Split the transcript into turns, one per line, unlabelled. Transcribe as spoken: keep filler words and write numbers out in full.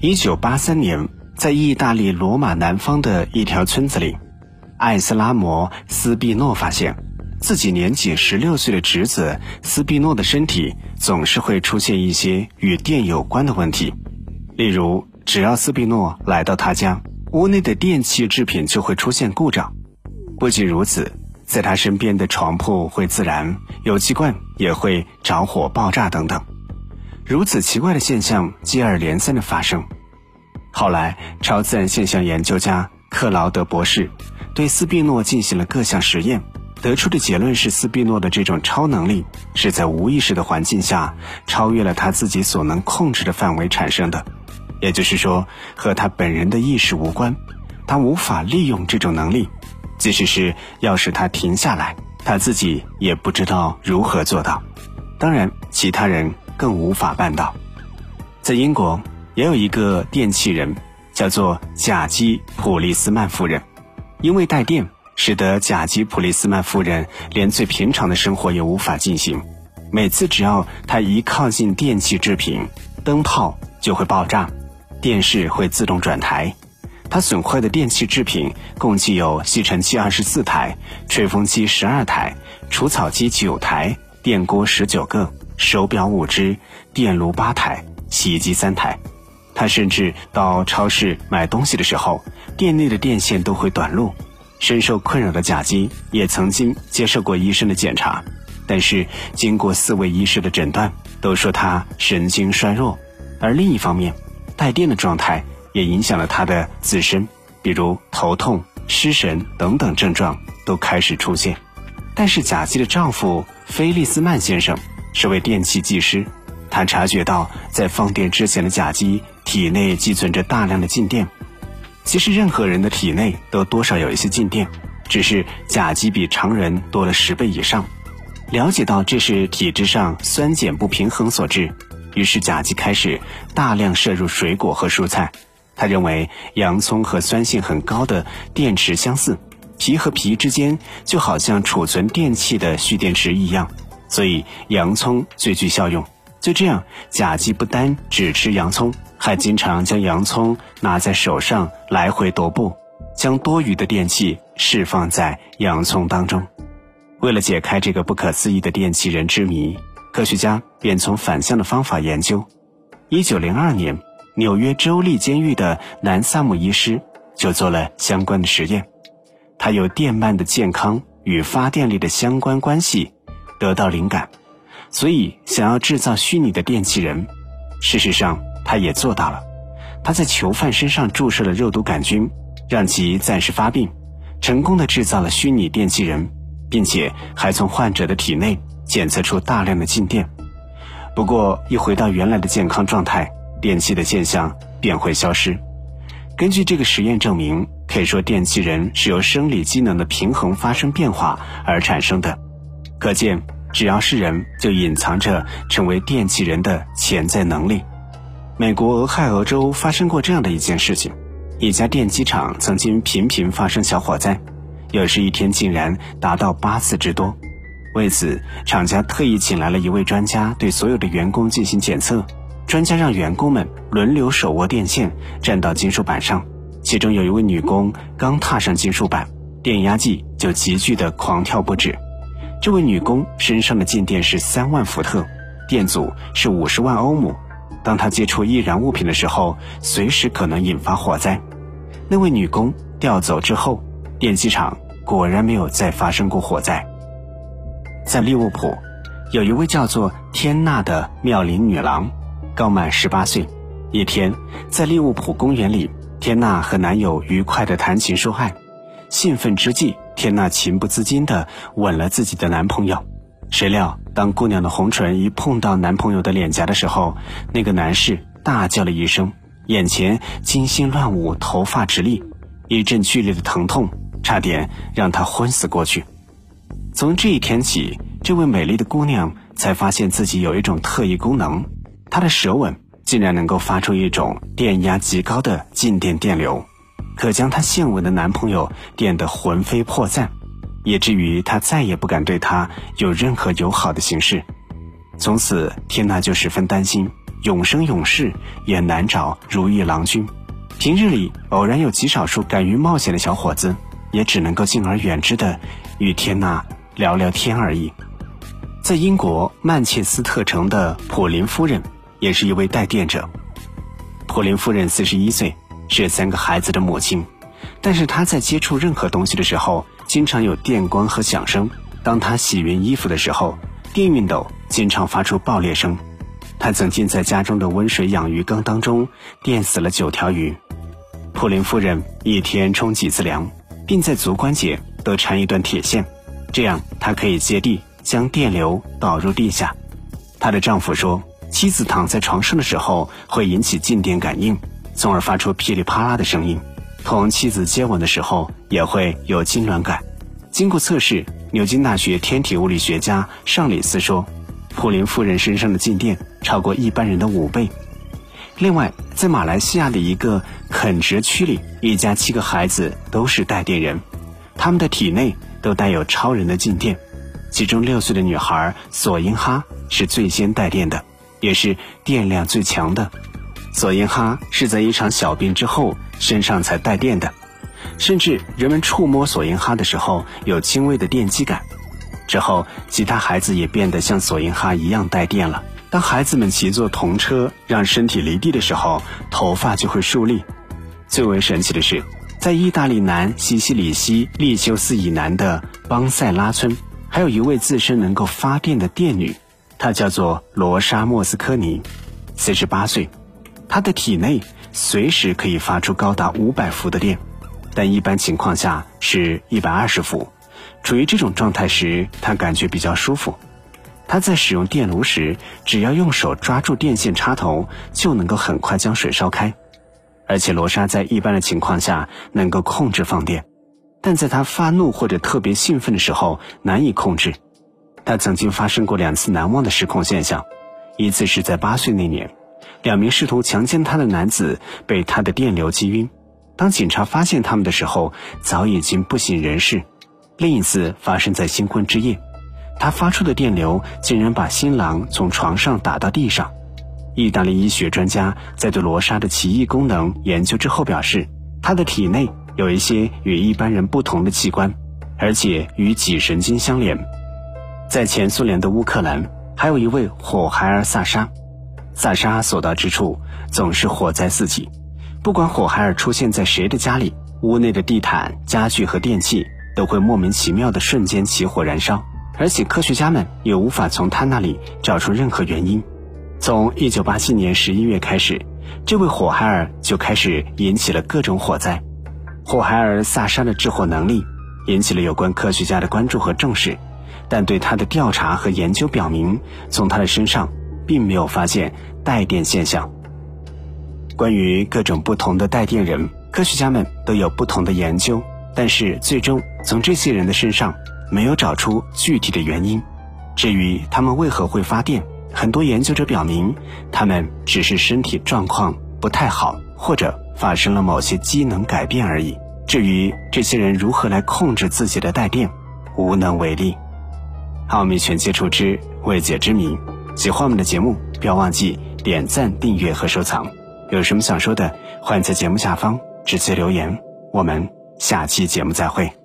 一九八三年，在意大利罗马南方的一条村子里，艾斯拉摩·斯毕诺发现自己年仅十六岁的侄子斯毕诺的身体总是会出现一些与电有关的问题。例如，只要斯毕诺来到他家，屋内的电器制品就会出现故障。不仅如此，在他身边的床铺会自燃，油漆罐也会着火爆炸等等。如此奇怪的现象接二连三的发生。后来，超自然现象研究家克劳德博士对斯毕诺进行了各项实验，得出的结论是斯毕诺的这种超能力是在无意识的环境下超越了他自己所能控制的范围产生的，也就是说，和他本人的意识无关，他无法利用这种能力，即使是要使他停下来，他自己也不知道如何做到。当然，其他人更无法办到。在英国也有一个电器人，叫做贾基普利斯曼夫人。因为带电，使得贾基普利斯曼夫人连最平常的生活也无法进行。每次只要她一靠近电器制品，灯泡就会爆炸，电视会自动转台。她损坏的电器制品共计有吸尘器二十四台、吹风机十二台、除草机九台、电锅十九个、手表五只、电炉八台、洗衣机三台。他甚至到超市买东西的时候，店内的电线都会短路。深受困扰的贾基也曾经接受过医生的检查，但是经过四位医师的诊断，都说他神经衰弱。而另一方面，带电的状态也影响了他的自身，比如头痛、失神等等症状都开始出现。但是贾基的丈夫菲利斯曼先生是位电气技师，他察觉到在放电之前的贾基体内积存着大量的静电。其实任何人的体内都多少有一些静电，只是甲基比常人多了十倍以上。了解到这是体质上酸碱不平衡所致，于是甲基开始大量摄入水果和蔬菜。他认为洋葱和酸性很高的电池相似，皮和皮之间就好像储存电器的蓄电池一样，所以洋葱最具效用。就这样，甲基不单只吃洋葱，还经常将洋葱拿在手上来回踱步，将多余的电气释放在洋葱当中。为了解开这个不可思议的电气人之谜，科学家便从反向的方法研究。一九零二年，纽约州立监狱的南萨姆医师就做了相关的实验。他由电鳗的健康与发电力的相关关系得到灵感，所以想要制造虚拟的电器人。事实上，他也做到了。他在囚犯身上注射了肉毒杆菌，让其暂时发病，成功地制造了虚拟电器人，并且还从患者的体内检测出大量的静电。不过一回到原来的健康状态，电气的现象便会消失。根据这个实验证明，可以说电器人是由生理机能的平衡发生变化而产生的。可见只要是人，就隐藏着成为电器人的潜在能力。美国俄亥俄州发生过这样的一件事情，一家电机厂曾经频频发生小火灾，有时一天竟然达到八次之多。为此，厂家特意请来了一位专家对所有的员工进行检测。专家让员工们轮流手握电线站到金属板上，其中有一位女工刚踏上金属板，电压计就急剧地狂跳不止。这位女工身上的静电是三万伏特，电阻是五十万欧姆。当她接触易燃物品的时候，随时可能引发火灾。那位女工调走之后，电机厂果然没有再发生过火灾。在利物浦，有一位叫做天娜的妙龄女郎，刚满十八岁。一天，在利物浦公园里，天娜和男友愉快地谈情说爱。兴奋之际，天娜情不自禁地吻了自己的男朋友。谁料当姑娘的红唇一碰到男朋友的脸颊的时候，那个男士大叫了一声，眼前金星乱舞，头发直立，一阵剧烈的疼痛差点让他昏死过去。从这一天起，这位美丽的姑娘才发现自己有一种特异功能，她的舌吻竟然能够发出一种电压极高的静电电流，可将她现吻的男朋友电得魂飞魄散，以至于她再也不敢对他有任何友好的形式。从此，天娜就十分担心， 永生永世也难找如意郎君。平日里偶然有极少数敢于冒险的小伙子，也只能够敬而远之的与天娜聊聊天而已。在英国曼彻斯特城的普林夫人也是一位带电者。普林夫人四十一岁，是三个孩子的母亲，但是她在接触任何东西的时候，经常有电光和响声。当她洗熨衣服的时候，电熨斗经常发出爆裂声。她曾经在家中的温水养鱼缸当中电死了九条鱼。普林夫人一天冲几次凉，并在足关节都缠一段铁线，这样她可以接地将电流导入地下。她的丈夫说，妻子躺在床上的时候会引起静电感应，从而发出噼里啪啦的声音。同妻子接吻的时候也会有痉挛感。经过测试，牛津大学天体物理学家尚里斯说，普林夫人身上的静电超过一般人的五倍。另外，在马来西亚的一个垦殖区里，一家七个孩子都是带电人，他们的体内都带有超人的静电。其中六岁的女孩索因哈是最先带电的，也是电量最强的。索因哈是在一场小病之后身上才带电的，甚至人们触摸索因哈的时候有轻微的电击感。之后其他孩子也变得像索因哈一样带电了。当孩子们骑坐童车让身体离地的时候，头发就会竖立。最为神奇的是，在意大利南西西里西利修斯以南的邦塞拉村，还有一位自身能够发电的电女，她叫做罗莎莫斯科尼，四十八岁。她的体内随时可以发出高达五百伏的电，但一般情况下是一百二十伏。处于这种状态时，她感觉比较舒服。她在使用电炉时，只要用手抓住电线插头，就能够很快将水烧开。而且罗莎在一般的情况下能够控制放电，但在她发怒或者特别兴奋的时候难以控制。她曾经发生过两次难忘的失控现象，一次是在八岁那年，两名试图强奸她的男子被她的电流击晕，当警察发现他们的时候，早已经不省人事。另一次发生在新婚之夜，他发出的电流竟然把新郎从床上打到地上。意大利医学专家在对罗莎的奇异功能研究之后表示，她的体内有一些与一般人不同的器官，而且与脊神经相连。在前苏联的乌克兰，还有一位火孩儿萨莎。萨莎所到之处总是火灾四起，不管火孩儿出现在谁的家里，屋内的地毯、家具和电器都会莫名其妙的瞬间起火燃烧，而且科学家们也无法从他那里找出任何原因。从一九八七年十一月开始，这位火孩儿就开始引起了各种火灾。火孩儿萨莎的制火能力引起了有关科学家的关注和重视，但对他的调查和研究表明，从他的身上并没有发现带电现象。关于各种不同的带电人，科学家们都有不同的研究，但是最终从这些人的身上没有找出具体的原因。至于他们为何会发电，很多研究者表明，他们只是身体状况不太好，或者发生了某些机能改变而已。至于这些人如何来控制自己的带电，无能为力。奥秘全接触之未解之谜，喜欢我们的节目，不要忘记点赞、订阅和收藏。有什么想说的，欢迎在节目下方直接留言。我们下期节目再会。